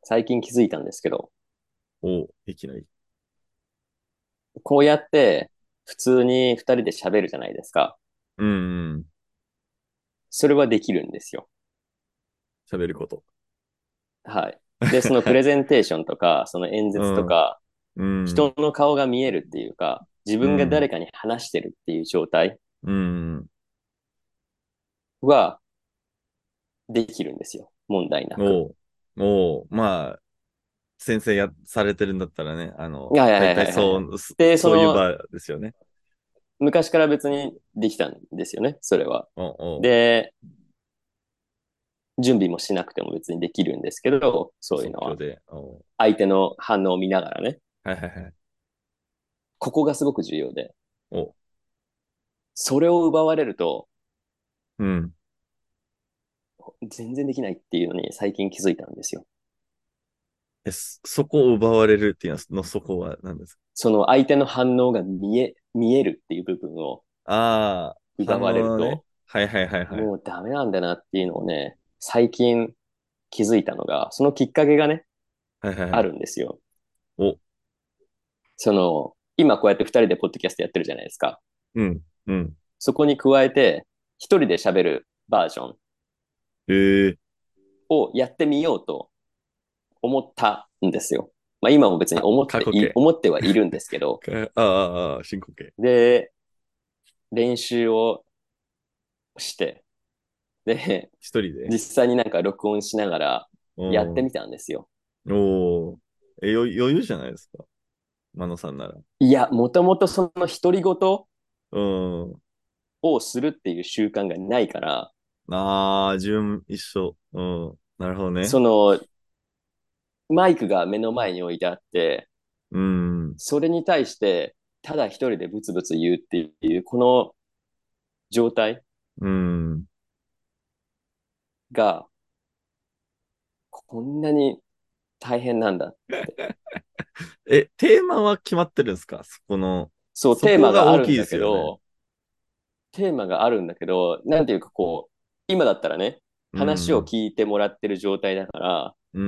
最近気づいたんですけど、 いきなり。 こうやって普通に二人で喋るじゃないですか。 うんうん。 それはできるんですよ。 喋ること。 はい。で、そのプレゼンテーションとか、その演うん。 説とか、 うん。 人の顔が見えるっていうか、自分がうん。 誰かに話してるっていう状態うん。 はできるんですよ。問題なく。 おう。まあ、先生されてるんだったらね、 はいはい大体はいはいはい。 そう、 で、その、 そういう場ですよね。 昔から別にできたんですよね、それは。 おう。 で、準備もしなくても別にできるんですけど、そういうのは。 即興で。おう。 相手の反応を見ながらね。 はいはいはい。 ここがすごく重要で。 おう。 それを奪われると、 うん。 全然できないっていうのに最近気づいたんですよ。 そこを奪われるっていうのそこは何ですか？ その相手の反応が見えるっていう部分をああー、反応奪われるのね。 と、 はいはいはいはい。 もうダメなんだなっていうのをね、最近気づいたのが、そのきっかけがね、あはいはいはい。 るんですよ。 お、 今こうやって二人でポッドキャストやってるじゃないですか。 うん、うん。 そこに加えて、一人で喋るバージョンええをやってみようと思ったんですよ。まあ今も別に過去形。 思ってはいるんですけど、 進行形。 で、練習をして、で、 一人で。 実際になんか録音しながらやっておー、 みたんですよ。 おー。余裕じゃないですか。マノさんなら。 いや、もともとその独り言うん。 をするっていう習慣がないから、 自分一緒。うん。なるほどね。 そのマイクが目の前に置いてあって、 うん。 それに対してただ一人でブツブツ言うっていう、この状態うん。 がこんなに大変なんだって。 テーマは決まってるんですか？ そう、 そテーマこが大きいでがあるんだすよね。 けど、テーマがあるんだけど、なんていうかこう、今だったらね、 う話をん。 聞いてもらってる状態だから、 うん。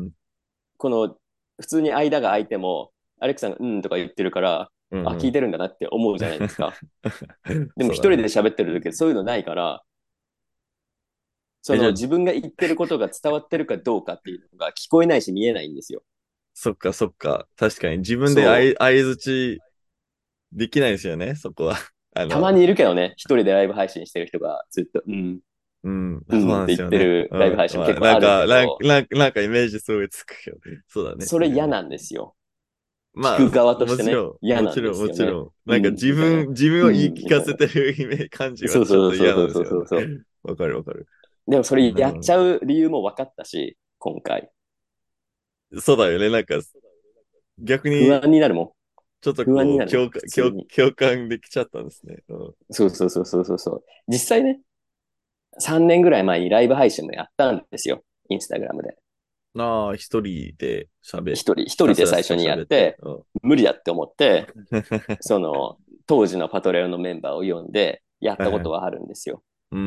この、普通に間が空いても、アレクさんがうんとか言ってるから、あ、 うん。うん。 聞いてるんだなって思うじゃないですか。でも一人でそうだね。 喋ってる時そういうのないから、そじゃあ、 の自分が言ってることが伝わってるかどうかっていうのが聞こえないし見えないんですよ。 そっかそっか。確かに自分でそう。 相づちできないですよね、そこは。あの、 たまにいるけどね、一人でライブ配信してる人がずっと、うん、 うん、そうなんでうんって言ってすよね。 るライブうん。まあ、 配信も結構あるけど、 なんかイメージすごいつくよ。そうだね。いるね。 それ嫌なんですよ。聞まあ、 く側としてね、 もちろん、 嫌なんですよね。 もちろん。なんかうん、みたいな。 自分を言いうん、 聞かせみたいな。 てる感じはそうちょっと嫌そうそうそうなんですよね。 そうそうそう。 わかるわかる。 でもそれやっちなるほゃう理由も分かったし、今回。 ど。そうだよね。なんか、逆不に、 安になるもん。 ちょっと不安になるもん、普通に。 共感できちゃったんですね。うん。 そうそうそうそうそうそう。実際ね、3年ぐらい前にライブ配信もやったんですよ。インスタグラムで。 一人で一ひたすら人で最初にやっ喋って。 て、 うん。 無理だって思って、その、当時のパトレオのメンバーを呼んで、やっはいはい。 たことはあるんですよ。 うん。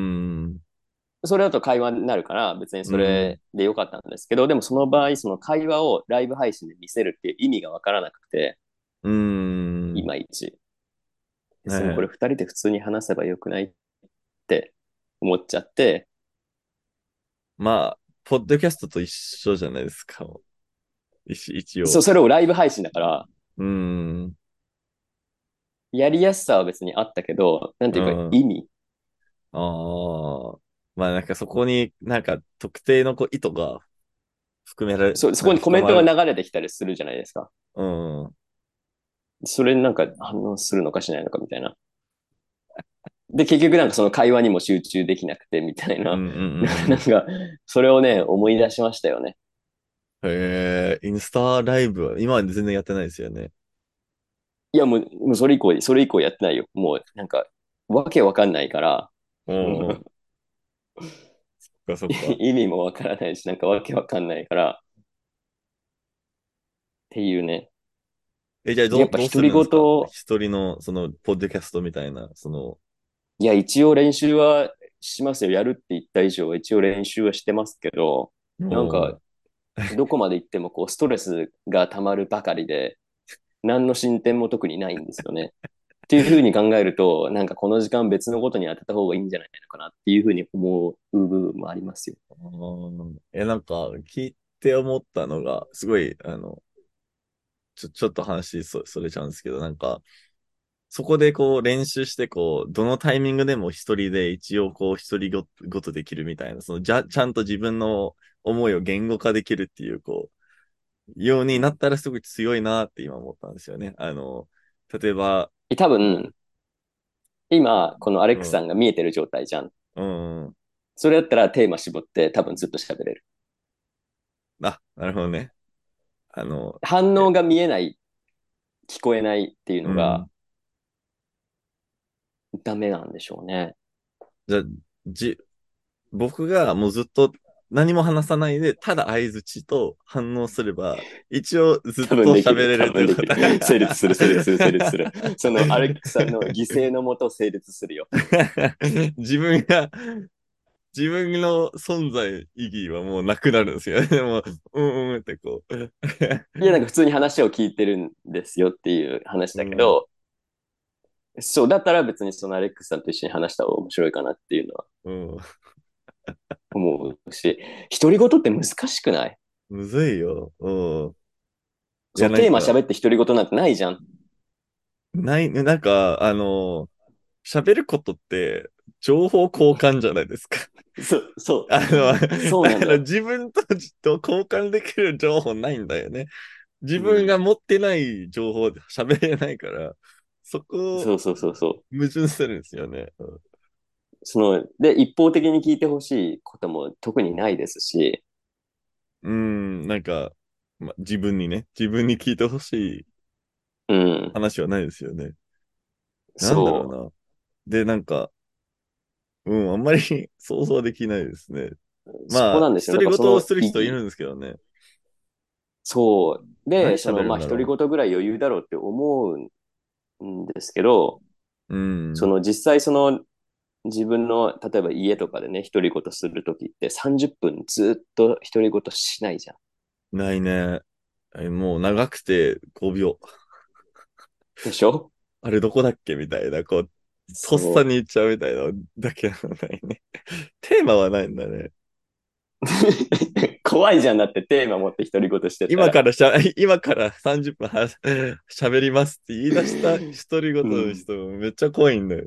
それだと会話になるから、別にそうん。 れでよかったんですけど、でもその場合、その会話をライブ配信で見せるっていう意味がわからなくて、 うん。 いまいち。別にこれはいはい。 二人で普通に話せばよくないって思っちゃって、 まあ、ポッドキャストと一緒じゃないですか。一応。 それをライブ配信だから、 うん。 やりやすさは別にあったけど、なんていうかうん。 意味。 ああ。まあなんかそこになんか特定の意図がそなんかこにコメントが深まる。 流れてきたりするじゃないですか。 うん。うんそれになんか反応するのかしないのかみたいな。で、結局なんかその会話にも集中できなくてみたいな。 うんなんうん。 か、それをね、思い出しましたよね。 インスタライブは今まで全然やってないですよね。 いや、もうそれ以降やってないよ。もう、なんか、わけわかんないから、 おお、そっか。 意味もわからないし、なんかわけわかんないから、っていうね。 じゃあで、やっぱどうす独り言、 るんですか？一人のその、ポッドキャストみたいな、 いや、一応練習はしますよ。やるって言った以上は一応練習はしてますけど、なんか、 おーどこまで行ってもこうストレスが溜まるばかりで、何の進展も特にないんですよね。っていうふうに考えると、なんかこの時間別のことに当てた方がいいんじゃないのかなっていうふうに思う部分もありますよ。 なんか、聞いて思ったのが、すごい、ちょっと話それちゃうんですけど、なんか、そこでこう練習して、こう、どのタイミングでも一人で一応こう、一人ごとできるみたいな、ちゃんと自分の思いを言語化できるっていう、こう、ようになったらすごい強いなって今思ったんですよね。例えば、 多分、今、このアレックさうん、 んが見えてる状態じゃん。 うん、うん。 それだったらテーマ絞って多分ずっと喋れる。 あ、なるほどね。あの、え、 反応が見えない、聞こえないっていうのがうん。 ダメなんでしょうね。 じゃあ、僕がもうずっと何も話さないで、ただ相槌と反応すれば、一応ずっ多分できる。 と喋れる多分できる。 っていうこと。 成立する、成立する、成立する。そのアレックさんの犠牲のもと成立するよ。 自分が、自分の存在意義はもうなくなるんですよね。もう、うんってこう。 いや、なんか普通に話を聞いてるんですよっていう話うん、 だけど、そう、だったら別にそのアレックスさんと一緒に話した方が面白いかなっていうのはうん。 思うし、独り言って難しくない？ むずいよ。うん。いや、 そう、テーマなんか、 喋って独り言なんてないじゃん。 なんか、喋ることって、情報交換じゃないですか。 そう、そあの、 う、そうなんだよ。 自分と交換できる情報ないんだよね。自うん。 分が持ってない情報で喋れないから、そこをそうそうそうそう。 矛盾してるんですよね。 で、一方的に聞いてほしいことも特にないですし、 うん、なんか、自分に聞いてほしいうん、 話はないですよね。なんだろうそな。で、なんか、うん、あんまり想像できないですね。 う、そこまあ、 なんですよ。だ独りからその言をする意義。 人いるんですけどね。 そう。で、 何喋るんだ独りろ言ぐらい余裕だろうって思うんですけど、 う。うん。 実際自分の、例えば家とかでね、独り言するときって30分ずっと独り言しないじゃん。 ないね。もう長くて5秒。 でしょ？ あれどこだっけみたいな、こう、とっさそう。 に言っちゃうみたいなだけなのないね。テーマはないんだね。 怖いじゃんだってテーマ持って独り言してたら。 今から30分喋りますって言い出した独り言のうん。 人めっちゃ怖いんだよ。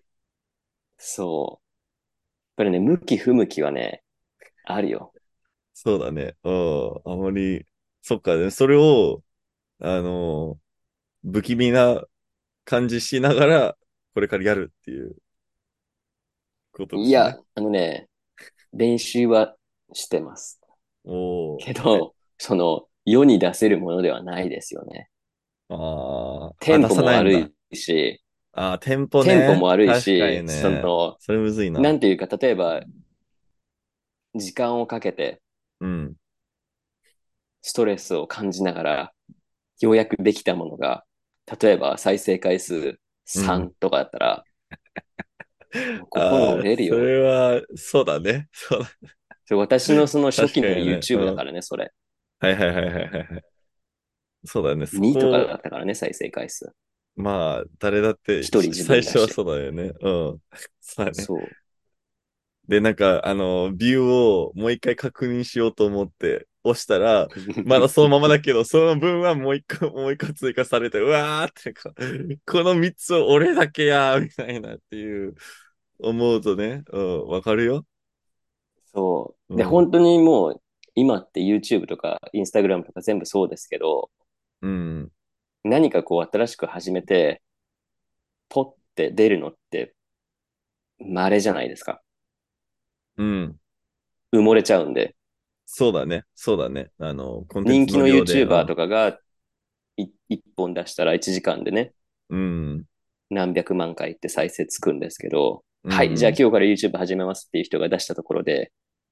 そう。やっぱりね、向き不向きはね、あるよ。 そうだね。うん。あまり、そっかね。それを、あの、不気味な感じしながら、これからやるっていうことですね。 いや、練習はしてます。 おー。 けど、世に出せるものではないですよね。 出テンポさないんだ。 も悪いし、 店舗テンポもね。 悪い確かにし、 ね。それむずいな。 なんていうか、例えば、時間をかけて、 うん。 ストレスを感じながら、ようやくできたものが、例えば再生回数うん。 3とかだったら、もう心折れるそよ。 れは、そうだね。そうだ。 私のその初期の確かにね。う YouTube だかん。 らね、それ。 はいはいはいはいはいはい。そうだね。そ 2とかこ、 だったからね、再生回数。 まあ、誰だって一人自最初は分だし。 そうだよね。うん。そうだね。 そで、なんか、ビューをもう一回確認しようと思って押したら、まだそのう。 ままだけど、その分はもう一個追加されて、うわーってこの三つを俺だけやーみたいなっていう、思うとね、うん、わかるよ。 そう。で、 うん、 本当にもう、今って YouTube とか Instagram とか全部そうですけど、 うん、 何かこう新しく始めて、ポッて出るのって稀じゃないですか。 うん。 埋もれちゃうんで。 そうだね、そうだね。コンテンツ人気のの量で、う YouTuber ん、 とかが一本出したら1時間でね、 うん、 何百万回って再生つくんですけど、はい、じゃあうん。 今日から YouTube 始めますっていう人が出したところで、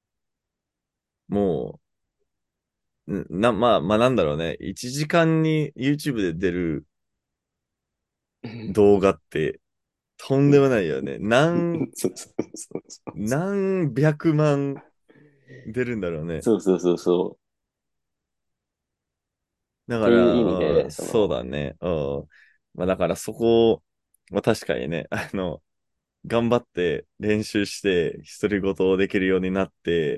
もまあなんだろうね。1時間に YouTube で出る動画って、とんでもないよね。 そうそうそうそう。 何百万出るんだろうね。 そうそうそうそう。 だから、 ていう意味で、 そうだね。まあだからそこ、まあ確かにね、頑張って練習して、独り言をできるようになって、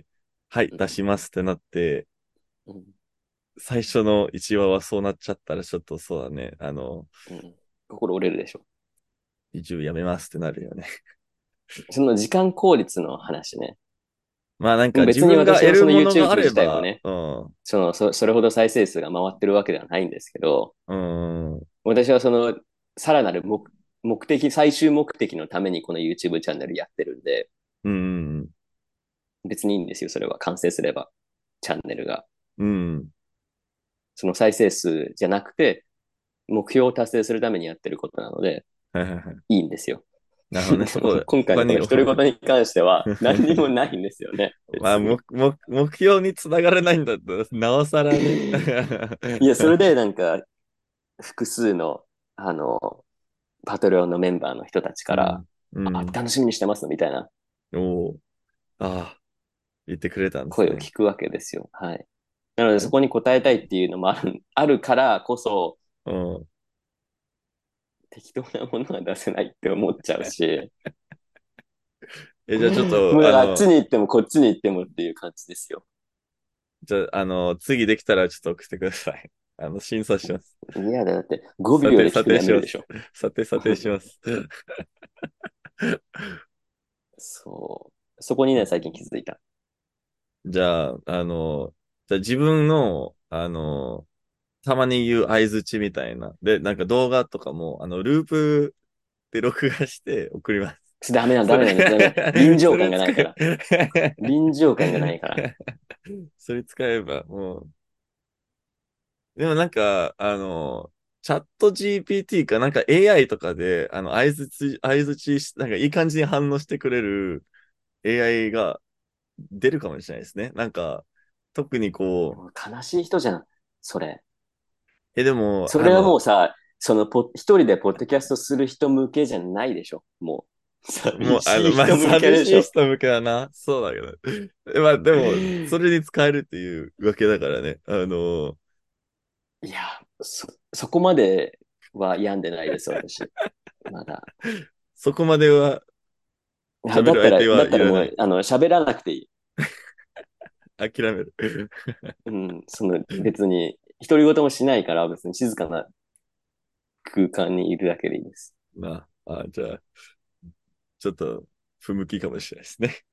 はい、 うん、 出しますってなって、 うん、 最初の1話はそうなっちゃったらちょっとそうだね。 うん、心折れるでしょ。 一応やめますってなるよね。 その時間効率の話ね。 まあなんか自別に分が私はその得るものがあ YouTube れば、 自体もね、 うん、 それほど再生数が回ってるわけではないんですけど、 うん、うん、 私はそのさらなる目的、最終目的のためにこの YouTube チャンネルやってるんで、 うん、 別にいいんですよ、それは完成すれば、チャンネルが。 うん、 その再生数じゃなくて、目標を達成するためにやってることなので、 はいはいはい。 いいんですよ。 なるほどね。 でも今回他に、 のこの独り言に関しては何にもないんですよね、 まあ、 別に。 目標につながれないんだったら、なおさらね。 いや、それでなんか複数の、あの、パトレオンのメンバーの人たちから、 うん、うあ、 ん。 楽しみにしてますみたいなおお、ああ、言ってくれたんです声をね。 聞くわけですよ。はい。なのであ、 そこに答えたいっていうのもあるからこそ、 うん。 適当なものは出せないって思っちゃうし、 じゃあちょっと、 もうだからあっちに行ってもこっちに行ってもっていう感じですよ。 じゃあ、次できたらちょっと送ってください。審査します。 いやだって5秒査定、査で聞くの定します。 やめるでしょ。 査定します。 そう。そこにね、最近気づいた。 じゃあ、じゃあ自分の、たまに言う相槌みたいな。で、なんか動画とかも、ループで録画して送ります。 ダメなんです、ダメ。臨場それ使感がないから。 え、 臨場感がないから。 それ使えば、もう、でもなんか、チャット GPT かなんか AI とかで、相づちし、なんかいい感じに反応してくれる AI が出るかもしれないですね。なんか、特にこう、 もう悲しい人じゃん。それ。 でも、 それはもうさ、一人でポッドキャストする人向けじゃないでしょ。もう、寂もう、 しいまあ、 人向け寂でしょ。 しい人向けだな。そうだけど。まあ、でも、それに使えるっていうわけだからね。 いや、そこまでは病んでないです、私。まだ。 そこまでは喋る相手だったらもう、 はいらない。 喋らなくていい。 諦める。 うん、別に、独り言もしないから、別に静かな空間にいるだけでいいです。 じゃあ、ちょっと、不向きかもしれないですね。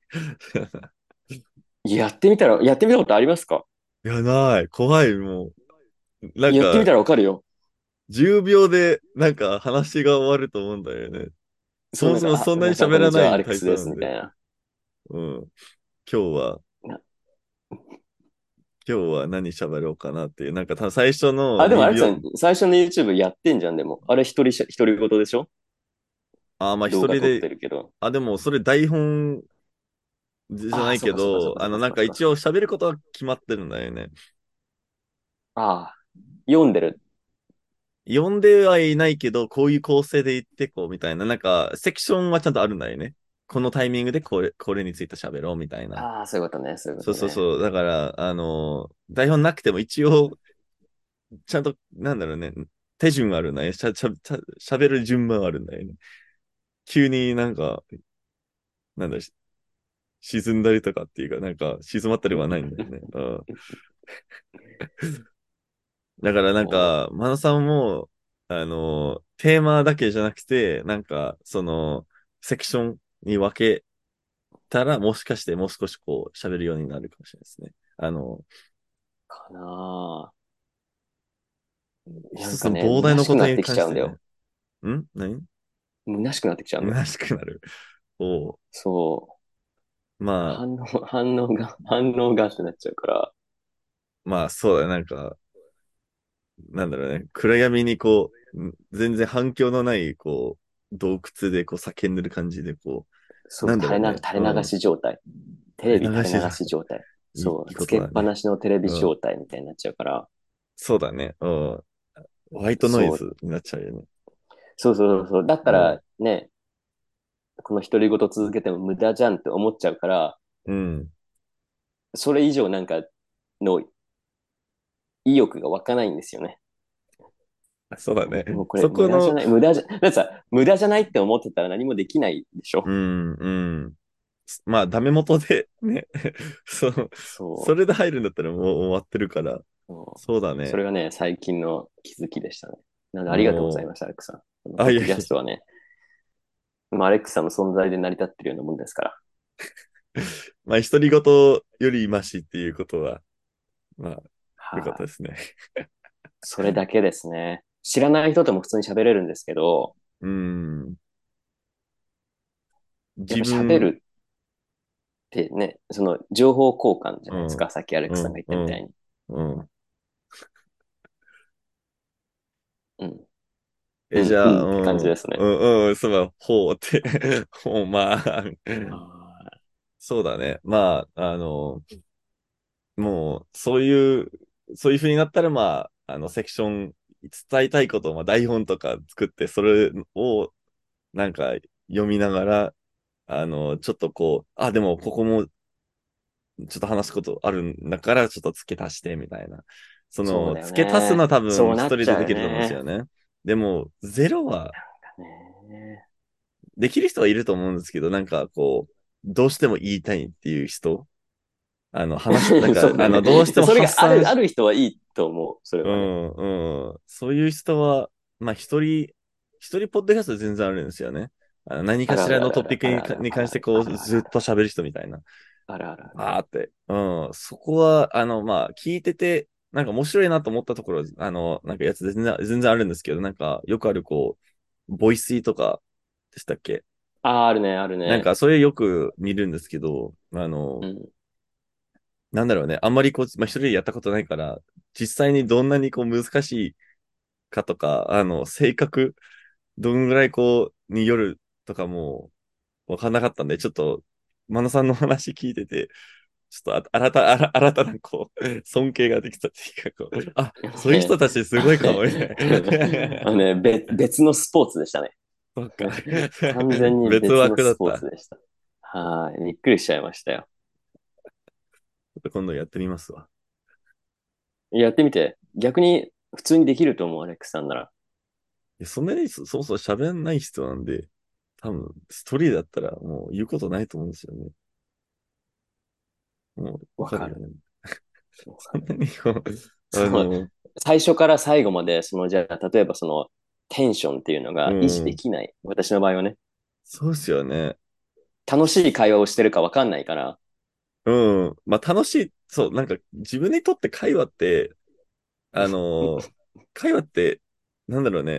やってみたことありますか？ いや、ない。怖い、もう。なんか、 やってみたらわかるよ。 10秒で、なんか話が終わると思うんだよね。そそう、 もそもそんなに皆さんこんにちは、ア喋らないレックスです、 タイプなんで。 みたいな。 うん。今日は、 な今日は何喋ろうかなっていう。なんか最初のあ、でもア 2秒、 レックスさん、最初の YouTube やってんじゃん、でも。あれ独り言でしょ？ まあ動画撮っ一人で、 てるけど。 でもそれ台本じゃああ、 ないそっかそっかそっけど、 かそっかそっかそっか。 なんか一応喋ることは決まってるんだよね。 ああ、読んでる。 読んではいないけど、こういう構成で言ってこうみたいな、なんかセクションはちゃんとあるんだよね。このタイミングでこれについて喋ろうみたいな。 ああ、そういうことね、そういうこそうとね。 そうそう。だから、台本なくても一応、ちゃんと、なんだろうね、手順あるんだよね。喋る順番あるんだよね。急になんか、なんだ、沈んだりとかっていうか、なんか静まったりはないんだよね。うん。だからなんそか、マナさんも、テーマだけじゃなくて、なんか、セクションに分けたら、もしかしてもう少しこう、喋るようになるかもしれないですね。 うかな。なん一つのかね、 膨大なことに虚しくなってき関してね。 ちゃうんだよ。 何虚しくなってきちゃうんだよ。 虚しくなる。おそう。 まあ、 反応がってなっちゃうから。 まあ、そうだね。なんか、なんだろうね。暗闇にこう、全然反響のない、こう、洞窟でこう叫んでる感じで、こう、 そう、 なんだろうね。 垂れ流し状態。テレ垂ビ垂れ流れ流しだ。 し状態。そう、 いいつけっぱことだね。 なしのテレビうん。 状態みたいになっちゃうから。 そうだね。うん。ホワイトノイそう、 ズになっちゃうよね。 そう。だったうん。 らね、この独り言続けても無駄じゃんって思っちゃうから、 うん。 それ以上なんかの意欲が湧かないんですよね。 そうだね。 もうこれそこの、 無駄じゃ、だってさ、無駄じゃないって思ってたら何もできないでしょ。 うん、うん。まあ、ダメ元でね、そう、そそれで入るんだったらもう終わってるから、 う。そそうだね。 それがね、最近の気づきでしたね。なので、ありがとうございもました、アレックさん。このう、あ、 ポッドいやいや、 キャストはね、まあ、アレックさんの存在で成り立ってるようなもんですから。 まあ、独り言よりマシっていうことは、まあ、よかったはい、 ですね。 それだけですね。知らない人とも普通に喋れるんですけど、 うん。 やっぱ喋自分、 るってね、その情報交換じゃうん、 ないですか。さっきアレックさんがうん、うん、 言ったみたいに。 うん。 うん。うえ、じん、うゃあ、 んって感じうん、 ですね。 うん、うん、そうだ、ほうって、ほう、まあ、 あそうだね。まあ、もう、そういう風になったら、まあ、セクション、伝えたいことを、まあ、台本とか作って、それを、なんか、読みながら、ちょっとこう、あ、でも、ここも、ちょっと話すことあるんだから、ちょっと付け足して、みたいな。 そうだよ付け足すのね。 は多分、 そう一人なっちゃうよでできると思うんですよね。 ね。でも、ゼロは、 ね。 できる人はいると思うんですけど、なんかこう、どうしても言いたいっていう人、なんか、 そうだね。 どうしてもそれがあ発散し、 る人はいいと思う。それはね。 うん、うん。そういう人は、まあ一人ポッドキャストで全然あるんですよね。何かしあるあるあるらのトピックあるあるに関してこう、 あるあるあるずっと喋る人みたいな。 あるあるある。 あーって。うん。そこは、まあ、聞いてて、なんか面白いなと思ったところ、なんかやつ全然あるんですけど、なんかよくあるこう、ボイスイとかでしたっけ？ あるね、あるね。 なんか、それよく見るんですけど、 うん。 なんだろうね。あんまりこう、まあ、一人でやったことないから、実際にどんなにこう難しいかとか、性格、どんぐらいこう、によるとかもわかんなかったんで、ちょっと、真野さんの話聞いてて、ちょっと新たなこう、尊敬ができたっていうか、こう、あ、そういう人ね、 たちすごいかも、みたいな。 別のスポーツでしたね。 そっか。 完全に別別のスポー枠だった。ちツでした。はい。びっくりしちゃいましたよ。 ょっと今度やってみますわ。 やってみて。逆に普通にできると思う、アレックスさんなら。 いやそんなにそもそも喋んない人なんで、多分、ストーリーだったらもう言うことないと思うんですよね。もう、わわかる。 かるよね。 わかる。 そんなにこう、 その、最初から最後まで、じゃあ、例えばテンションっていうのうが維持でん、 きない。私の場合はね、 そうっすよね。 楽しい会話をしてるかわかんないから、 うん。まあ楽しい、そう、なんか自分にとって会話って、あの、会話って、なんだろうね。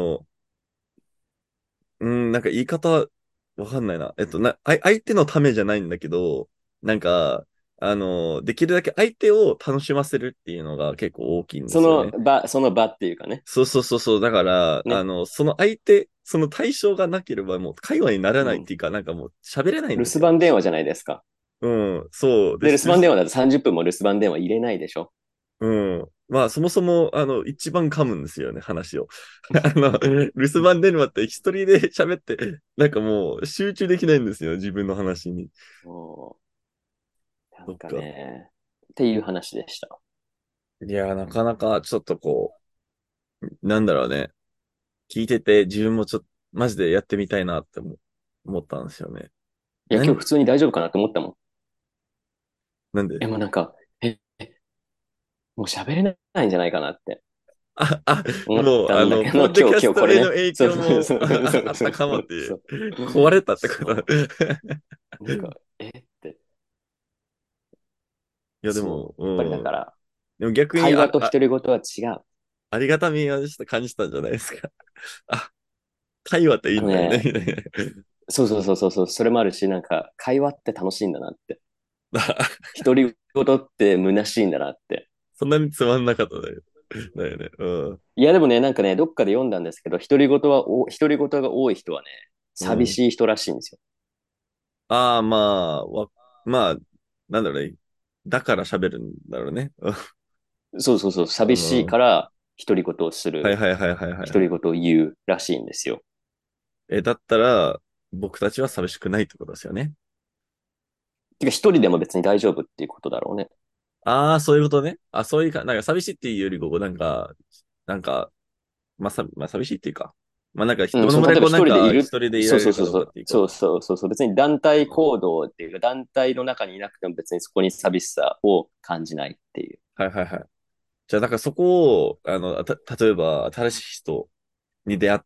なんか言い方わかんないな。相手のためじゃないんだけど、なんか、できるだけ相手を楽しませるっていうのが結構大きいんですよね。 その場っていうかね。 そうそうそうそう。だから、 ね。 その相手、その対象がなければもう会話にならうん。 ないっていうか、なんかもう喋れないん留守ですよ。 番電話じゃないですか。 うん、そうでで、留す。 守番電話だと30分も留守番電話入れないでしょ。 うん。まあ、そもそも、一番噛むんですよね、話を。留守番電話って一人で喋って、なんかもう集中できないんですよ、自分の話に。 もう、なんかそっか。 ね、っていう話でした。 いやー、なかなかちょっとこう、なんだろうね。聞いてて自分もちょっと、マジでやってみたいなって思ったんですよね。 いや、今日何普通に大丈夫かなって思ったもん。 なんで？ もうなんか、もう喋れないんじゃないかなって思っもう、 たんだけど、 ポッドキャス今日これね。 トへの影そう響もそうそうあったそうかもっていう。 そうそう。 壊れたってこと。 そいう。なんか、って、 や、でも、 そう。やっぱりだうん。 から、 でも逆に、 会話と独り言は違う。 ありがたみはちょっと感じたんじゃないですか。あ、会話っていいんだよね、 あのね、 みたいな。 そう、それもあるし、なんか、会話って楽しいんだなって。独り言って虚しいんだなって。 そんなにつまんなかっただよね。うん。 いや、でもね、なんかね、どっかで読んだんですけど、独り言が多い人はね、 うん。 寂しい人らしいんですよ。 ああ、まあ、なんだろうね。だから喋るんだろうね。 そう、寂しいうん。 から独り言をすはいる、 はいはいはいはいはい。 独り言を言うらしいんですよ。 だったら、僕たちは寂しくないってことですよね。 てか、一人でも別に大丈夫っていうことだろうね。 ああ、そういうことね。あ、そういうか、なんか寂しいっていうより、こう、なんか、まあ、寂しいっていうか。まあ、なんか、 うん、 どのぐらいこう、 例えば一なんか、 人でいる、 一人でいらそうれるかどうそうそうそう、 かっていうか。 そうそうそうそう、別に団体行動っていうか、団体の中にいなくても別にそこに寂しさを感じないっていう。 はいはいはい。じゃあ、なんかそこを、例えば、新しい人に出会って、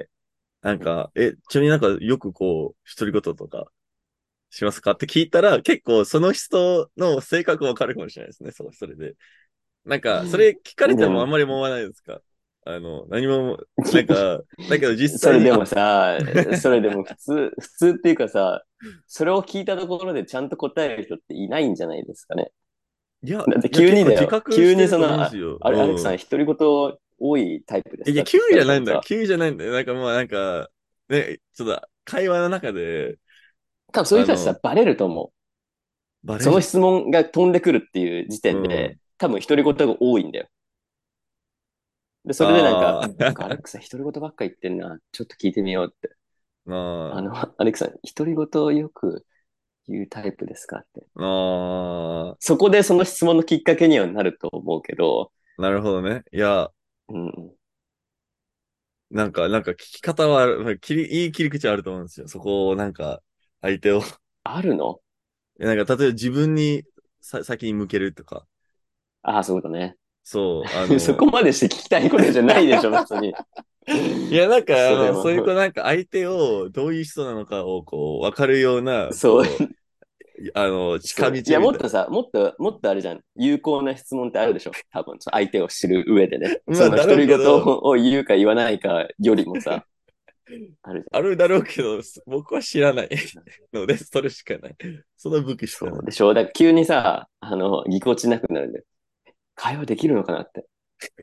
なんうんか、ちなみになんか、よくこう、独り言とかしますかって聞いたら、結構、その人の性格わかるかもしれないですね。そう、それで。なんか、それ聞かれてでも、 もあんまり思わないですか？何も、なんか、だけど実際に、 それでもさ、それでも普通っていうかさ、それを聞いたところでちゃんと答える人っていないんじゃないですかね。だって結構自急にだよ。急覚してるとにその、 思うんですよ。 アレックさん、 うん。 独り言多いタイプですいや、 かって急聞かれてもさ、 急じゃないんだよ。なんかもうなんか、ね、ちょっと会話の中で、 多分そういう人たちあの、 さ、バレると思う。そのバレる。 質問が飛んでくるっていう時うん。 点で、多分独り言が多いんだよ。で、それであなんかアレッあ。 クさん独り言ばっか言ってんな。ちょっと聞いてみようって。 あアレックさん、独り言よく言うタイプですかって。 あ。あそこでその質問のきっかけにはなると思うけど、 あ。なるほどね。いや、 うん、 なんか聞き方は、いい切り口あると思うんですよ。そこをなんか、相手をあるの？ なんか、例えば自分に先に向けるとか。 ああ、そういうことね。 そう、 そこまでして聞きたいことじゃないでしょ、別に。 いや、なんか、 それそういう、 も、 なんか相手をどういう人なのかを、こう、わかるような、 そう、 近道そう。いや、 みたいもっとさ、もっとあれじゃん。有効な質問ってあるでしょ。多分、相手を知る上でね。 な。まあ、 そのだろう独り言けど、 を言うか言わないかよりもさ、あるじゃん。 あるだろうけど、僕は知らないので、それしかない。その武器しかない。 そうでしょ。だから急にさ、ぎこちなくなるんで、会話できるのかなって。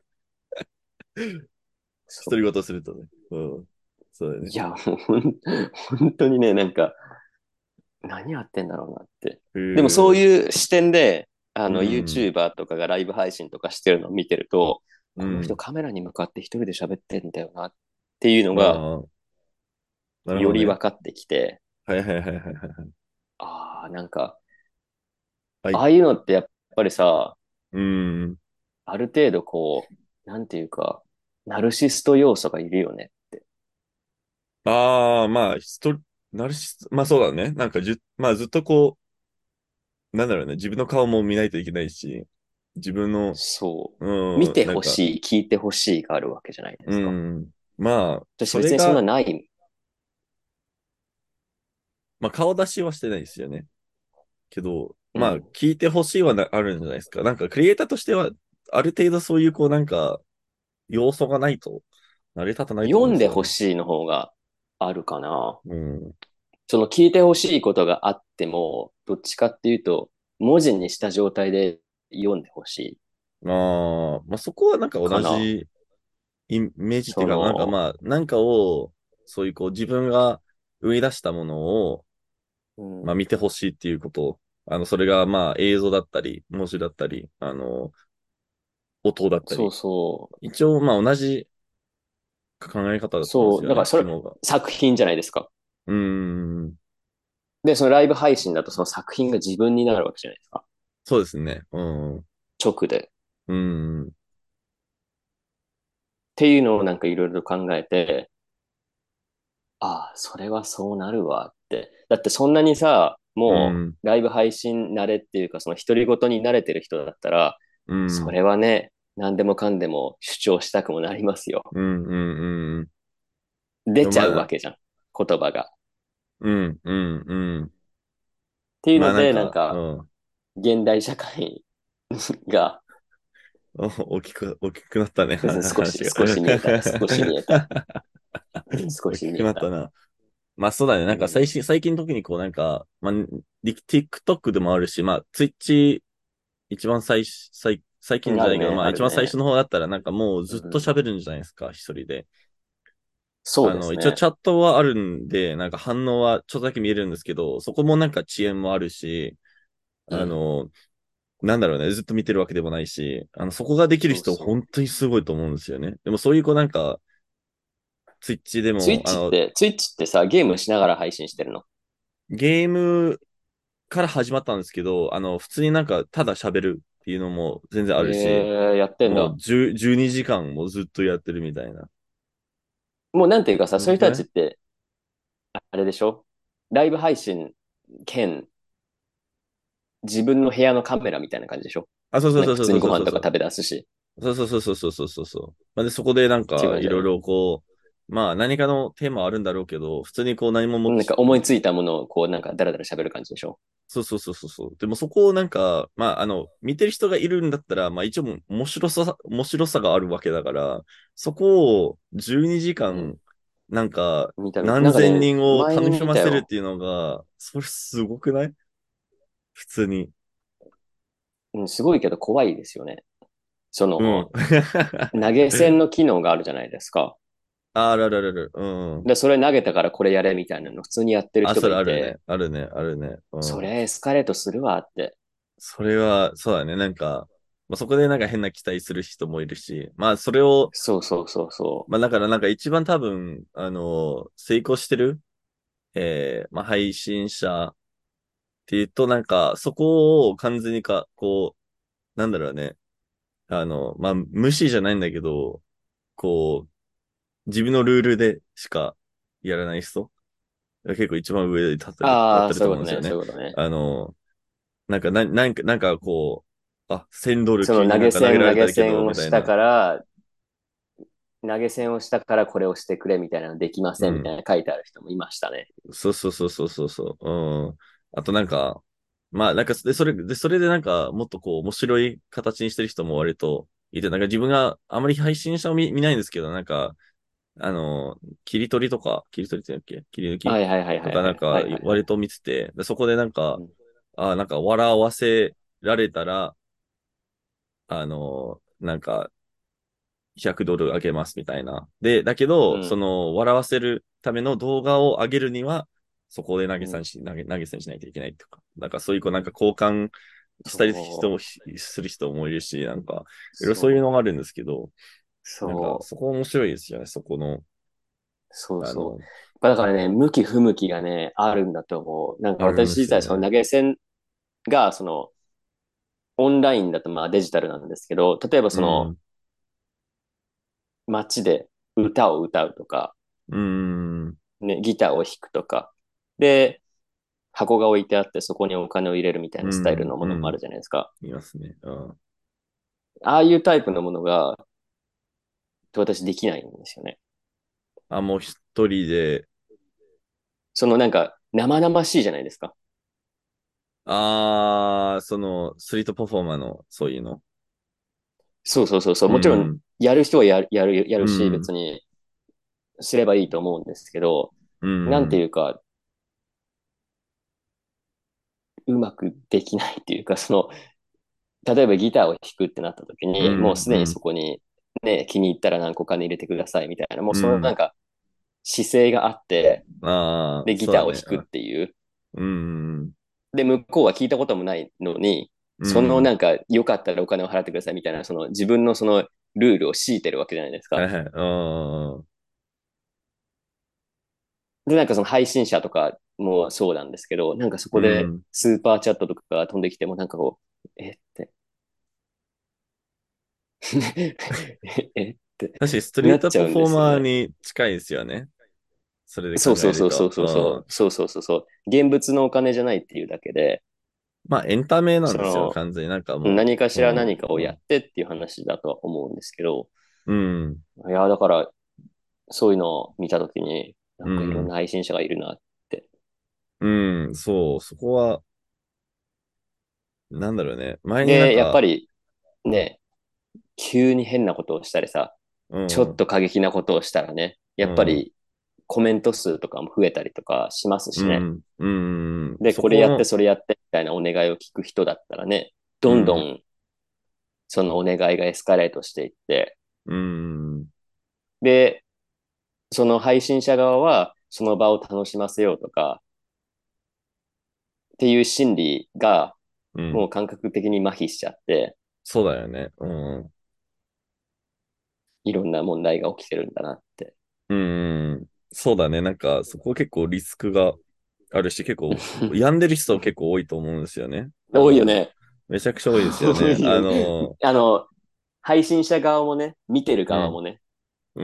そう。 独り言するとね。うん。そうだね。 いや、もう本当にね、なんか、何やってんだろうなって。 へでもそうえ。 いう視点で、 うん。 YouTuber とかがライブ配信とかしてるのを見てると、この人うん。 カメラに向かって一人で喋ってんだよなっていうのが、 ああ、なるほよどね。 り分かってきて、 はいはいはいはいはい。 ああ、なんか、 はい。 ああいうのってやっぱりさ、 うん。 ある程度こう、なんていうか、ナルシスト要素がいるよねって。 ああ、まあ、ナルシスト、まあそうだね。なんかまあずっとこう、なんだろうね。自分の顔も見ないといけないし、自分の、 そう。見うん、 てなんか、 ほしい、聞いてほしいがあるわけじゃないでうすか。 ん、まあ、 私別にそんなそれが、 ない。 まあ顔出しはしてないですよね。けど、まあ、 うん。 聞いてほしいはあるんじゃないですか。なんか、クリエイターとしては、ある程度そういう、こう、なんか、要素がないと、成り立たないと思うん読んでですよね。 ほしいの方があるかな。 うん。 その聞いてほしいことがあっても、どっちかっていうと、文字にした状態で読んでほしいまあ、そこはなんかかな。 同じイメージっていそうか、なんかの、 まあ、なんかを、そういうこう、自分が生み出したものを、まあ、 うん、 見てほしいっていうこと。それがまあ、映像だったり、文字だったり、音だったそうり。 そう、 一応、まあ、同じ考え方だと思うんでそう、 すよね、 だからそれ、 肝が。 作品じゃないですか。 うーん。 で、そのライブ配信だとその作品が自分になるわけじゃないですか。 そうですね。うん。 直で。っうん。 ていうのをなんかいろいろと考えて、ああ、それはそうなるわって。だってそんなにさ、もうん。 うライブ配信慣れっていうか、その独り言に慣れてる人だったら、そうん。 れはね、何でもかんでも主張したくもなりますよ。 うん。うん。うん。 出ちゃうまあ、 わけじゃん。言葉が。っうん。うん。うん。 ていうまあ、 ので、なんなんか、うか、 ん。 現代社会が、 大きくなったね、話が。 少し見えた。少し見えた。少大きくし見えた。 なったな。まあそうだね。なんかうん。 最近特にこうなんか、まあ、TikTok でもあるし、まあ Twitch 一番最近じゃないけど、 あるね、 まあ一番最初あるね。 の方だったらなんかもうずっとうん。 喋るんじゃないですか、一人で。 そうですね。 一応チャットはあるんで、なんか反応はちょっとだけ見えるんですけど、そこもなんか遅延もあるし、 うん。 あの、なんだろうね、ずっと見てるわけでもないし、そこができる人、 そうそ本当にすごいと思うんですよね。でもそういう子なんか、ツイッチでう。 も、 ツイッチってさ、ゲームしながら配信してるの？ ゲームから始まったんですけど、普通になんか、ただ喋る。 ていうのも全然あるし、 やってんもうだ。 10、12時間もずっとやってるみたいな。 もうなんていうかさ、そういう人すごくない？ たちって、あれでしょ？ライブ配信兼自分の部屋のカメラみたいな感じでしょ？ あ、そうそうなんそうそうか普通にごそうそうそう。 飯とか食べ出すし。 そうそうそうそうそうそうそうそう。まあ、で、そこでなんっていうかいろい感じだよね。 ろこう、まあ何かのテーマはあるんだろうけど、普通にこう何も持ち、 なんか思いついたものをこうなんかダラダラ喋る感じでしょ？ そうそうそうそうそう。でもそこをなんか、まあ見てる人がいるんだったら、まあ一応面白さがあるわけだから、そこを12時間、 うん。 なんか見た。な何んかね、 千人を前に楽しま見たよ。 せるっていうのが、それすごくない？普通に。 うん、すごいけど怖いですよね。そうん。 の、投げ銭の機能があるじゃないですか。 あるあるあるある。うん。 で、それ投げたからこれやれみたいなの普通にやってるあ、 人そがいて、 れあるね。あるね。あるね。うん。 それエスカレートするわって。 それは、そうだね。なんか、まあ、そこでなんか変な期待する人もいるし、まあそれを、 そうそうそうそまあだからなんか一番多分、成功してる、まあ配信者っていうとなんか、そこを完全にこう、なんだろうね。まあ無視じゃないんだけど、こう、自分のルールでしかやらない人が結構一番上でう。ああ、 立ってるとそういうことね、 思うんですよね。 そういうことね。 あの、なんかこう、あ、1000ドルその急になんか投げら投げれたけど、 銭をしたみたいな。 から、投げ銭をしたからこれをしてくれみたいなのできませんみたうん。 いな書いてある人もいましたね。 そうそうそうそうそうそう。うん。あとなんか、まあなんか、それでなんか、もっとこう、面白い形にしてる人も割といて、なんか自分があまり配信者を見ないんですけど、なんか、あの、切り取りって言うんだっけ切り抜きはいはいはいはいはい。 とかなんかはいはいはい。 割と見てて、でそこでなんか、 うん。 なんか笑わせられたら、なんか100ドルあげますみたいな。で、だけど、そうん。 の笑わせるための動画を上げるには、そこでうん。 投げ銭しないといけないとか。なんかそういうなんか交換したりそう。 する人もいるし、なんか、いろいろそういうそう。 のがあるんですけど、なんかそう。 そこ面白いですよね、そこの、 そうそう。 あの、 だからね、向き不向きがね、あるんだと思う。なんかあるんで私自体そのすよね。 投げ銭が、その、オンラインだとまあデジタルなんですけど、例えばその、 うん。 街で歌を歌うとか、 うん。 ね、ギターを弾くとか、で、箱が置いてあってそこにお金を入れるみたいなスタイルうん。うん。 のものもあるじゃないですか。 いますね。うん。 ああいうタイプのものが、私できないんですよね。 あ、もう一人で、 そのなんか、生々しいじゃないですか。 その、ストリートパフォーマーの、そういうの。 そうそうそうそう。もちろん、 うん。 やる人はやるし、 うん。 別にすればいいと思うんですけど、 うなんてん。 いうか、うまくできないっていうか、その、例えばギターを弾くってなった時に、もううん。 すでにそこに、ね、気に入ったら何個かに入れてくださいみたいな、もううん。 そのなんか姿勢があって、 ああ、 で、ギそうだね。 ターを弾くっていう。 うん。 で、向こうは聞いたこともないのに、そのうん。 なんか、よかったらお金を払ってくださいみたいな、その自分のそのルールを強いてるわけじゃないですか。 はいはい。ああ、 で、なんかその配信者とかもそうなんですけど、なんかそこでうん。 スーパーチャットとかが飛んできてもなんかこう、えって、えって確かにストリートなっちゃうんパフォーマーですよね。 に近いですよね。それで考そうそうそうそうえると。 そうそう。 うん。 そうそうそうそう。現物のお金じゃないっていうだけで、 まあ、エンタメなんですよ、 その、 完全になんかも何かしう。うら何かをやっん。 てっていう話だとは思うんですけど、 うん。 いや、だから、そういうのを見たときに、なうん。 んかいろんな配信者がいるなって。 うん。そう、そこは、なんだろうね。前になんで、やっぱか、 りね、急に変なことをしたりさ、 うん。 ちょっと過激なことをしたらね、やうん。 っぱりコメント数とかも増えたりとかしますしね。 うん。うん。 で、これやってそこの、 それやってみたいなお願いを聞く人だったらね、 うん。 どんどんそのお願いがエスカレートしていって、 うん。 で、その配信者側はその場を楽しませようとかっていう心理がうん。 もう感覚的に麻痺しちゃって、 そうだよね。うん。 いろんな問題が起きてるんだなって。 うん。そうだね。なんか、そこ結構リスクがあるし、結構、病んでる人結構多いと思うんですよね。 多いよね。 めちゃくちゃ多いですよね。 あの、配信者側もね、見てるうん、 側もね、 うん。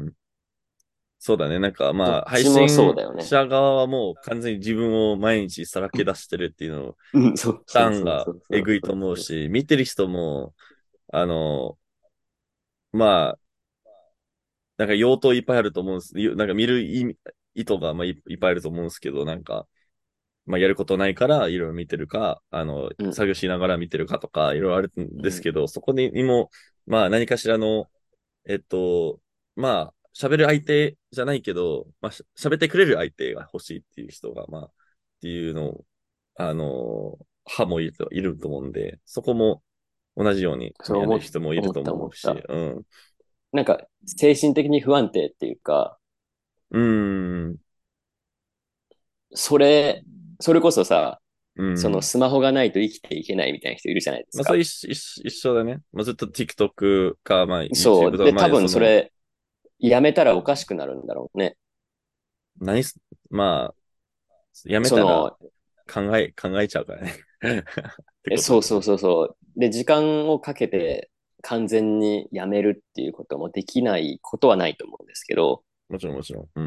そうだね。なんかどまあ、配っちもそう信だよね。 者側はもう完全に自分を毎日さらけ出してるっていうの、 うん、そう負そうそう担がそうそうえぐいとそうそう。 思うし、見てる人も、あの、まあ、なんか用途いっぱいあると思うんです。なんか見る意図がいっぱいあると思うんですけど、なんか、まあ、やることないからいろいろ見てるか、 うん、 作業しながら見てるかとか、いろいろあるんうん。 ですけど、そこにも、まあ、何かしらの、えっと、まあ、喋る相手じゃないけど、まあ、喋ってくれる相手が欲しいっていう人が、まあ、っていうのを、派もいると思うんで、そこも同じようにそう見る人もいると思った、 思うし、 思った。 うん。 なんか、精神的に不安定っていうか、 うーん、 それ、それこそさ、そのうん。 スマホがないと生きていけないみたいな人いるじゃないですまあ、それか。 一緒だね。まあ、ずっと TikTok か、まあ、 そ YouTube とう。 か、 で、多まあ、 分それ、やめたらおかしくなるんだろうね。 何す、まあ、やめたらその、 考えちゃうからね。ってことそうそうですよね。 そうそう。で、時間をかけて完全にやめるっていうこともできないことはないと思うんですけど、 もちろんもちろん。うん。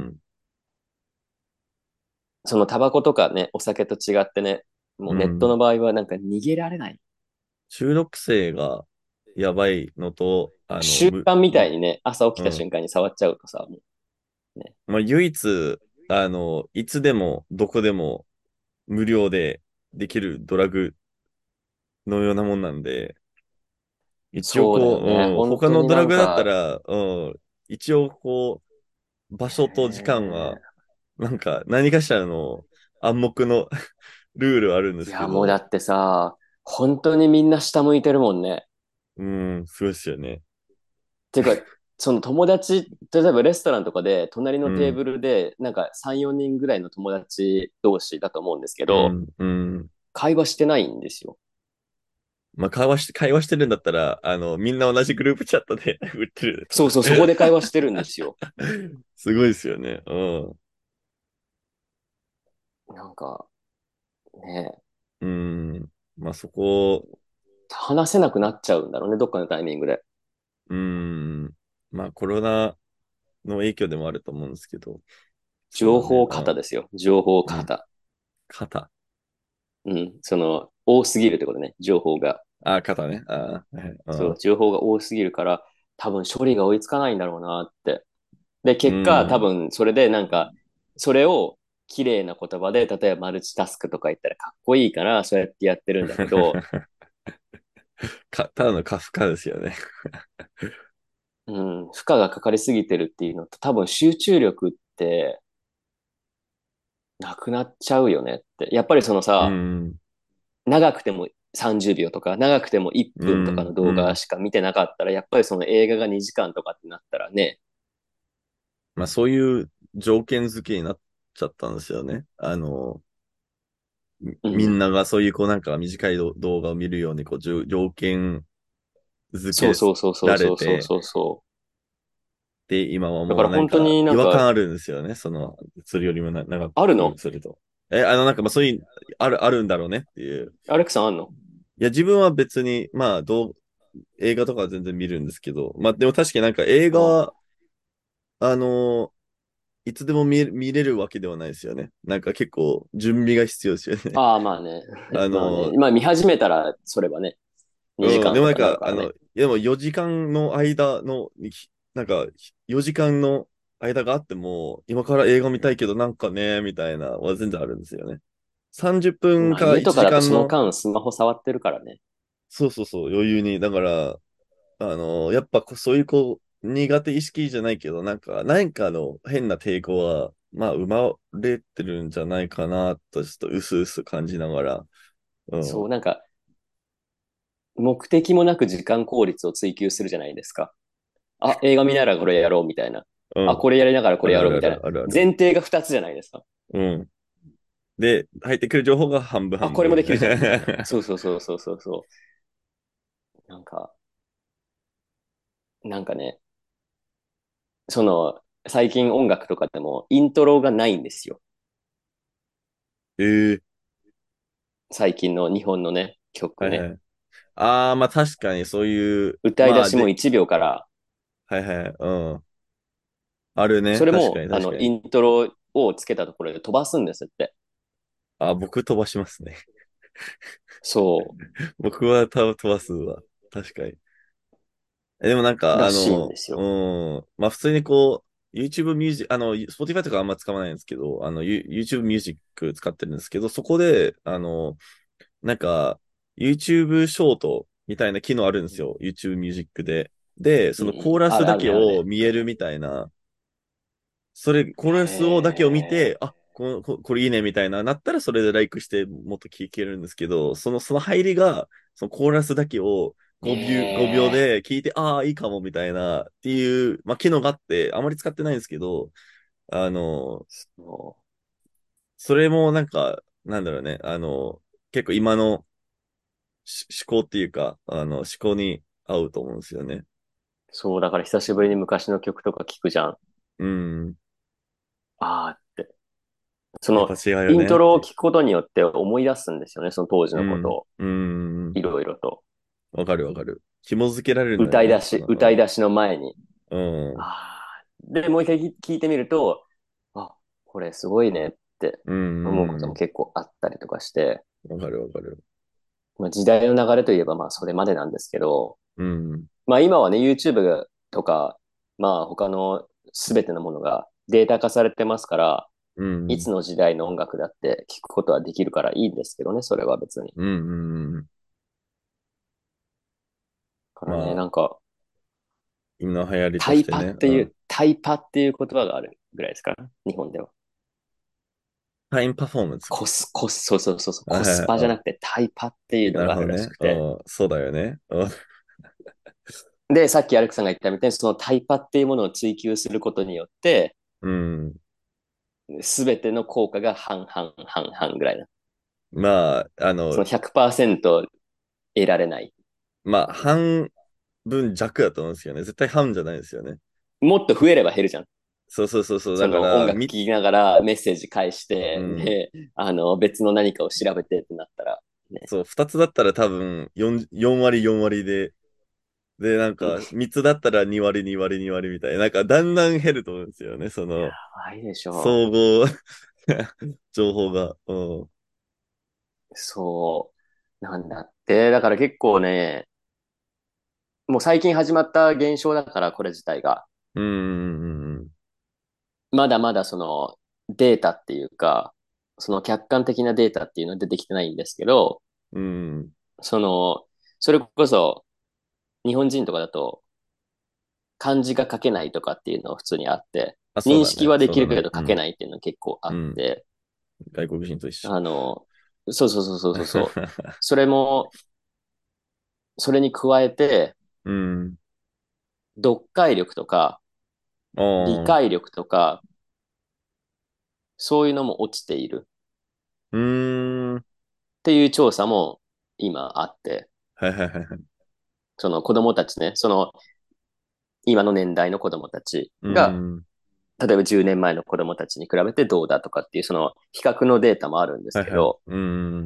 そのタバコとかね、お酒と違ってね、もうネットうん。 の場合はなんか逃げられない。 中毒性がやばいのと、 習慣みたいにね、朝起きたうん。 瞬間に触っちゃうとさ、もうね、 まあ、唯一、いつでも、どこでも無料でできるドラッグのようなもんなんで、一応そうだこよね。 う、うん、 本当にな他のドラッグだったんか、 ら、うん、一応こう、場所と時間は、なんか何かしらの暗黙のルールはあるんでいすけど、 やもうだってさ、本当にみんな下向いてるもんね。 うん、すごいですよね。 ていうか、その友達、例えばレストランとかで、隣のテーうん、 ブルで、なんか3、4人ぐらいの友達同士だと思うんですけど、 うん、うん。 会話してないんですよ。 まあ、会話してるんだったら、みんな同じグループチャットで売ってる、多分。 そうそう、そこで会話してるんですよ。 すごいですよね。 なんか、ね、 うん。うん。まあ、そこ、 話せなくなっちゃうんだろうね、どっかのタイミングで。 うん。まあ、コロナの影響でもあると思うんですけど、そうだね。 情報過多ですよ。情報うん。 過多。 肩。 うん。多すぎるってことね、情報が。 あ、肩ね。あ、はい。うそう、 ん。 情報が多すぎるから、多分処理が追いつかないんだろうなって。で、 う結果、多ん。 分それでなんか、それを綺麗な言葉で、例えばマルチタスクとか言ったらかっこいいから、そうやってやってるんだけど、 ただのカフカですよね。 うん、負荷がかかりすぎてるっていうのと、多分集中力ってなくなっちゃうよねって。やっぱりそのうさ、 ん。 長くても30秒とか、長くても1分とかうん。 の動画うん。 しか見てなかったら、やっぱりその映画が2時間とかってなったらね、 まあ、そういう条件付けになっちゃったんですよね。 うん。 みんながそういうこうなんか短い動画を見るようにこう条件付けそうそうそうそうられそうそうて、 そうそで、今はう。だから本当もうなんかになんか、 違和感あるんですよね。それよりも長あるの？ くすると。なんかまあそういう、あるんだろうねっていう。 アレックさんあんの？ いや、自分は別に、まあ、映画とかは全然見るんですけど、まあでも確かになんか映画、 ああ。 あのいつでも見れるわけではないですよね。なんか結構準備が必要ですよね。 ああ、まあね。 あまあね。 のまあ見始めたら、それはね、2 うん、 時間とかなるでもなんか、 からね。 でも4時間の間の、なんか、4時間の間があっても、今から映画見たいけどなんかね、みたいなは全然あるんですよね。30分まあか1 家とかだと時間の、 その間スマホ触ってるからね。 そうそうそう、余裕に。だから、やっぱそういうこう、苦手意識じゃないけど、何かの変な抵抗は、まあ、生まれてるんじゃないかな、と、ちょっと薄々感じながら、うん、 そう、なんか、目的もなく時間効率を追求するじゃないですか。あ、映画見ながらこれやろうみたいな。あ、 うん。 これやりながらこれあるあるあやろうみたいな。 るあるある。 前提が2つじゃないですか。 うん。で、入ってくる情報が半分あ、 半分。 これもできるじゃんみたいな。そうそうそうそうそうそう。なんかね、最近音楽とかでもイントロがないんですよ。 ええ、 最近の日本のね、曲ね。 はいはい。 ああ、まあ確かにそういう、 歌い出しもまあで、 1秒から、 はいはい、うん。あるね。確かそれも、 に確かに。 イントロをつけたところで飛ばすんですって。 あ、僕飛ばしますね。 そ僕は飛ばすわ。確かに。でもなんう、 か、 らしいんですよ。 まあ普通にこう、YouTube ミュージック、Spotify とかあんま使わないんですけど、YouTube ミュージック使ってるんですけど、そこで、なんか、YouTube ショートみたいな機能あるんですよ。YouTube ミュージックで。で、そうんうのコーん。ある、あラスだけるね、あるね。 を見えるみたいな、コーラスをだけを見て、 へあ、これいいねみたいな、なったらそれでライクしてもっと聞けるんですけど、その入りが、そのコーラスだけをえ。 5秒で聞いて、ああ、いいかもみたいなっていう、まあ、機能があって、あまり使ってないんですけど、あの、 そそれもなんか、なんだろうね、結構今の思考っていうか、思考に合うと思うんですよね。 そう、だから久しぶりに昔の曲とか聞くじゃん。 うん。 ああって。その、 やっぱ違うよイントロをねって。 聞くことによって思い出すんですよね、その当時うん。 のことを。 うん。 いろいろと。 わかるわかる。紐づけられるんだよね。 歌い出しの前に。 うん。うん。 ああ。で、もう一回聞いてみると、あ、これすごいねってうん。 思うことうん。 も結構あったりとかして、 わかるわかる。 まあ、時代の流れといえばまあそれまでなんですけど、 うん。 まあ今はね、YouTube とか、まあ他のすべてのものがデータ化されてますから、 うん。 いつの時代の音楽だって聞くことはできるからいいんですけどね、それは別に。 うん。うん。 だからね、 まあ、 なんか、 今流行りとしてね。うん。 タイパっていう言葉があるぐらいですか日本では。 タイムパフォーマンス。 そう、 はいコスはい。うん。 パじゃなくてタイパっていうのがあるらしなるほどね。 くて。 うん。そうだよね。うん。 で、さっきアレクさんが言ったみたいに、そのタイパっていうものを追求することによって、 うん。 すべての効果が半々ぐらいな。 まあ、 その100%得られない。 まあ、半分弱だと思うんですよね。絶対半じゃないですよね。 もっと増えれば減るじゃん。 そうそうそうそう。だから、 その音楽聴きながらメッセージ返しうて、 ん。 で、別の何かを調べてってなったら、ね。 そう、二つだったら多分4割4割で、で、なんうん、やか、三つだったら2割2割2割みたいな、なんか、だんだん減ると思うんですよね。 ばいでしょ総合情報が。うん。 う。そう。なんだって。だから結構ね、もう最近始まった現象だから、これ自体が。 うん、うん、 まだまだそのデータっていうか、その客観的なデータっていうのは出てきてないんですけど、 うん。うん。 その、それこそ日本人とかだと漢字が書けないとかっていうのは普通にあって、 あ、そうだね。 認識はでそうだね。 きるけどうん。 書けないっていうのは結構あうん。 って、 外国人と一緒。 あの、そう。それも、それに加えて、 うん。 読解力とかあ理あ。 解力とか、そういうのも落ちているうーん。 っていう調査も今あって、 はいはいはいはい。 その子供たちね、その今の年代の子供たちうが、 ん。 例えば10年前の子供たちに比べてどうだとかっていう、その比較のデータもあるんですはいはい。 けど、 うん。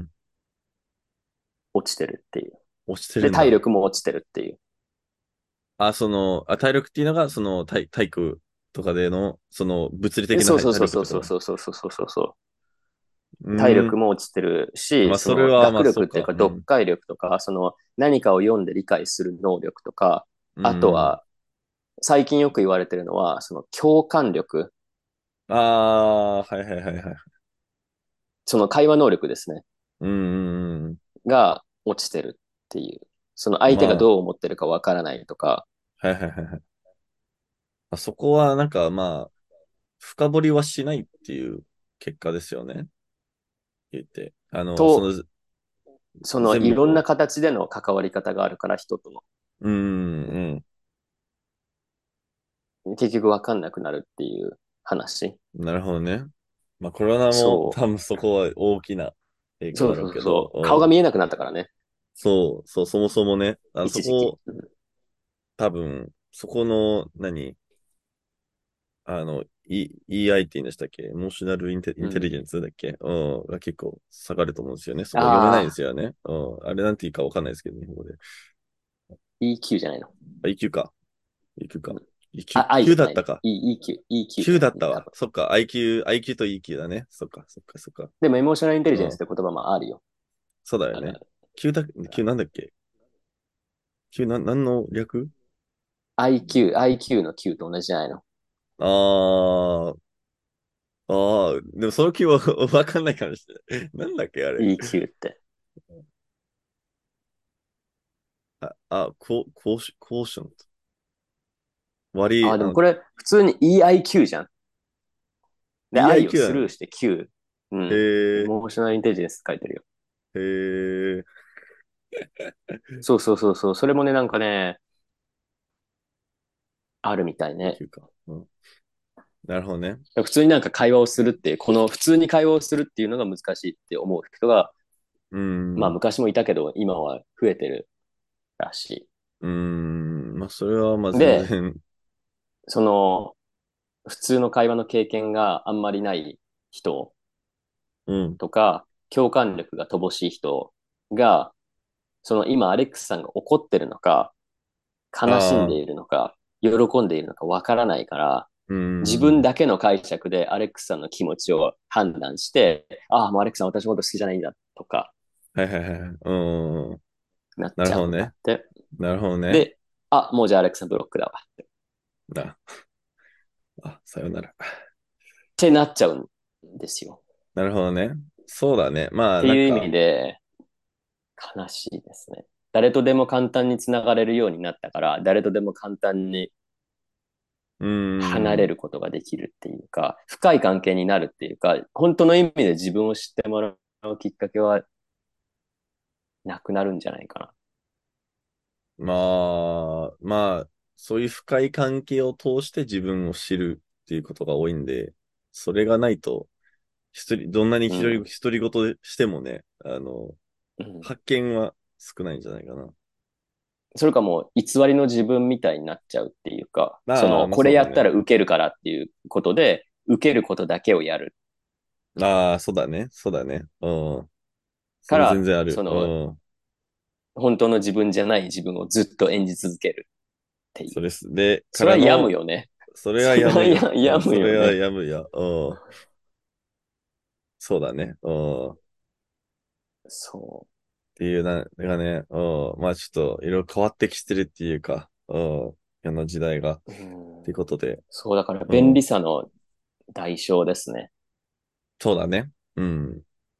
落ちてるっていう。 押してで、 るんだ。 体力も落ちてるっていう。 あ、体力っていうのが、体育とかでの、物理的なそうそう体そうそうそう力とかの。 そうそうそうそう。体うーん。 力も落ちてるし、 まあ、 そのそれは、まあ、そうか。 学力っていうかうん。 読解力とか、その何かを読んで理解する能力とか、 うあとん。 は最近よく言われてるのは、その共感力、 ああ、はいはいはいはい。 その会話能力ですね、 うんうんうん。 が落ちてるっていう。その相手がまどう思ってるかわからないとか、 あ、はいはいはいはい。あそこは、なんか、まあ、深掘りはしないっていう結果ですよね。言って。 と、そのいろんな全部こ形での関わり方があるから人との。 う、うん、 結局わかんなくなるっていう話。 うん。なるほどね。まあ、コロナもそ多分そこは大きな影う。そう響だろそうそうそうけど、 う。顔がうん。 見えなくなったからね。 そもそもね、そ一時期。 こ、多分、そこの、 EI って言うんでしたっけ？エモーショナルインテリうん。 ジェンスだっけ？うん、が結構下がると思うんですよね。そこは読めないんでああ、 すよね。うん。あれなんて言うかわかんないですけど、日本語で。 EQ じゃないの。 あ、EQ か。EQ か。 うん。 EQ、 あ、I じ Q ゃない。 だったか。 EQ、EQ だ Q よね、 だったわ。 多分。 そっか。IQ と EQ だね。そっか、そっか、そっか。 でも、エモーショナルインテリジェンスっうん。 て言葉もあるよ。 そうだよね。 あるある。 Q なんだっけ？ Q なんの略？ IQ の Q と同じじゃないの。 あでもその Q はわかんないかもしれない。なんだっけあれ。 EQ って。 コーション。割り、 あ、でもこれ、普通に EIQ じゃん。で、I を EIQ なの？ スルーして Q。うへん。エえ、 モーショナルインテリジェンスって書いてるよ。 へえ、 そうそうそうそう。それもね、なんかね、あるみたいね。 EQ か。うん。なるほどね。 普通になんか会話をするっていう、この普通に会話をするっていうのが難しいって思う人が、 うまあん。 昔もいたけど、今は増えてるらしまあ、それはまあい。で、 全然、 その、普通の会話の経験があんまりない人うん。 とか、共感力が乏しい人が、その今アレックスさんが怒ってるのか、悲しんでああ、 いるのか、喜んでいるのかわからないから、 うん。 自分だけの解釈でアレックスさんの気持ちを判断して、ああ、もうアレックスさん私のこと好きじゃないんだとか、 はいはいはい。うん。 なっちゃうんだなるほどね。 って。 なるほどね。 で、あ、もうじゃあアレックスさんブロックだわっな、さよなら。 てなっちゃうんですよ。 なるほどね。そうだね。まあ、 っていう意味なんか、 で、悲しいですね。誰とでも簡単につながれるようになったから、誰とでも簡単にうーん。 離れることができるっていうか、深い関係になるっていうか、本当の意味で自分を知ってもらうきっかけはなくなるんじゃないかまあ、そういう深い関係を通して自分を知るっていうことが多いんで、それがないと、どんなにな。うん。 独り言してもね、 うん。 発見は少ないんじゃないかな。 それかもう偽りの自分みたいになっちゃうっていうか、 まあこれやったそうだね。 ら受けるからっていうことで、受けることだけをやるそうだね。そうだね。うん。それ全から、 然ある。うん。 本当の自分じゃない自分をずっと演じ続けるっていう。 それす。で、かそれは病むらの、 よね。 それはそれはやむよ。うん、 病むそれはよね。 やむよ。うん。そうだね。うん。っそていうがね、うん。まあちょっと、いろいろ変わってきてるっていうか、うん。世の時代が。っう。うん。 ていうことで、 そう、だから便利うん。 さの代償ですね。 そうだね。うん。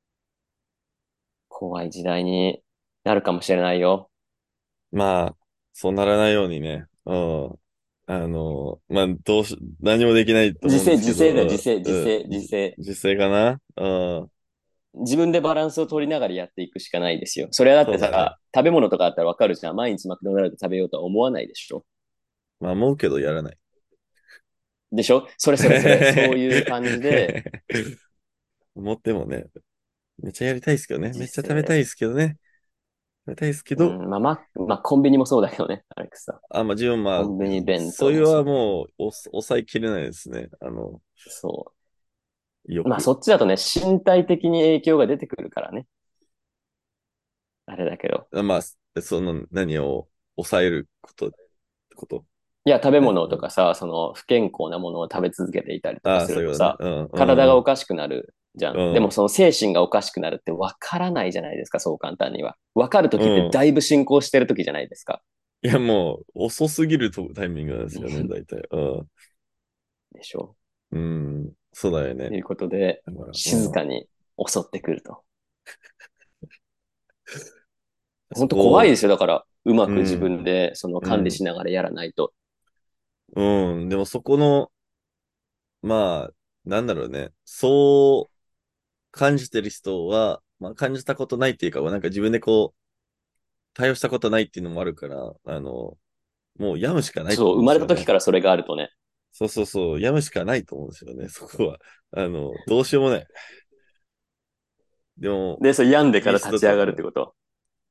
怖い時代になるかもしれないよ。 まあ、そうならないようにね、うん。まあ、何もできないと思うんですけ自制だよ、 ど、 自制。 実際かな。うん。 自分でバランスを取りながらやっていくしかないですよ。それはだっそうだね。 てさ、食べ物とかあったらわかるじゃん。毎日マクドナルド食べようとは思わないでしょ。 まあ、思うけどやらない。 でしょそれそれそれ。そういう感じで、 思ってもね、めっちゃやりたいですけどね。め自っちゃ食べたい制。 ですけどね。食べたいですけど、 うん、まあ、コンビニもそうだけどね、アレックスさん。 まあ、自分まあ、 コンビニ弁それは当もそう。 もう、抑えきれないですね。 そよまあそく。 っちだとね、身体的に影響が出てくるからね。あれだけど。 まあ、何を抑えること。 いや、食べね。 物とかさ、不健康なものを食べ続けていたりとかすそういうことね。 るとさ、体うん、 がおかしくなるじゃん。でもうん、 その精神がおかしくなるってわからないじゃないですか、そう簡単には。わかるとうん。 きってだいぶ進行してるときじゃないですか。 いや、もう、遅すぎるタイミングなんですよね、大体。 でしょうん。そうだよね。 ということで、 だから、うん。 静かに襲ってくると。 そ本当怖いでこを、 すよ。だから、うまく自うん、 分でその管理うん、 しながらやらないと。 うん。でもそこの、まあ、なんだろうね。そう感じてる人は、まあ、感じたことないっていうか、なんか自分でこう、対応したことないっていうのもあるから、もう病むしかないとそう、 思う生まれたんですよね。 時からそれがあるとね。 そうそうそう、病むしかないと思うんですよね、そこは。どうしようもない。でも、 で、病んでかいいら立ち上がるっ人だと、 てこと。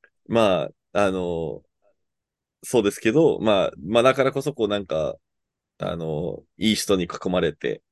まあ、そうですけど、まあだからこそ、こうなんか、 いい人に囲まれて、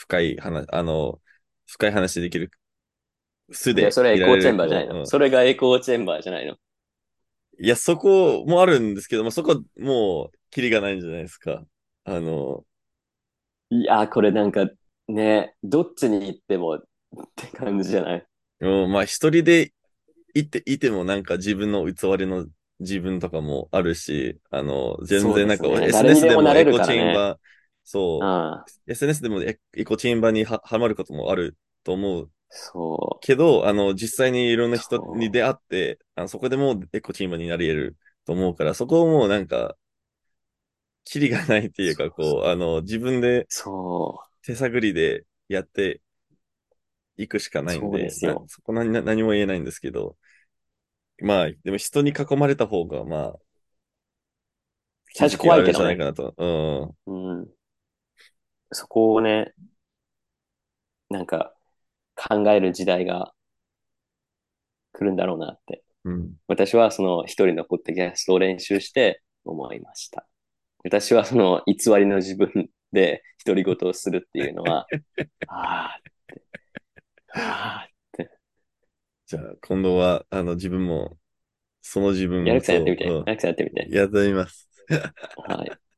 深い話できる素いや、 でそれはエコーチェンいられる、 バーじゃないの。それがエコーチェンバーじゃないの。 いや、そこもあるんですけど、まあ、そこもう、キリがないんじゃないですか。あの、 いや、これなんかね、どっちに行ってもって感じじゃない？ まあ、一人でいてもなんか自分の偽りの自分とかもあるし、全そう然なんかですね。誰に SNS ででもなれるもエコからね。 チェンバー、そうん。 う、SNS でもエコチェンバーにはまることもあると思うそけど、実際にいろんなう。 人にそ出会って、そこでもエコチームになり得ると思うから、そこをもうなんか、キリがないっていうか、 う。 自分でそう。 手探りでやっていくしかないんそうでで、 すよ。 そこ何も言えないんですけど、まあ、でも人に囲まれた方が、まあ、気最初づきはあるんじ怖いけどね。 ゃないかなと。うん。 うん。そこをね、なんか考える時代が来るんだろうなって。 うん。 私はその一人のポッドキャストを練習して思いました。私はその偽りの自分で独り言をするっていうのは、ああ、ああって。 じゃあ、今度は、自分も、その自やる分と、 くさんやってみて。やるくさんやってみて。 やってみます。 はい。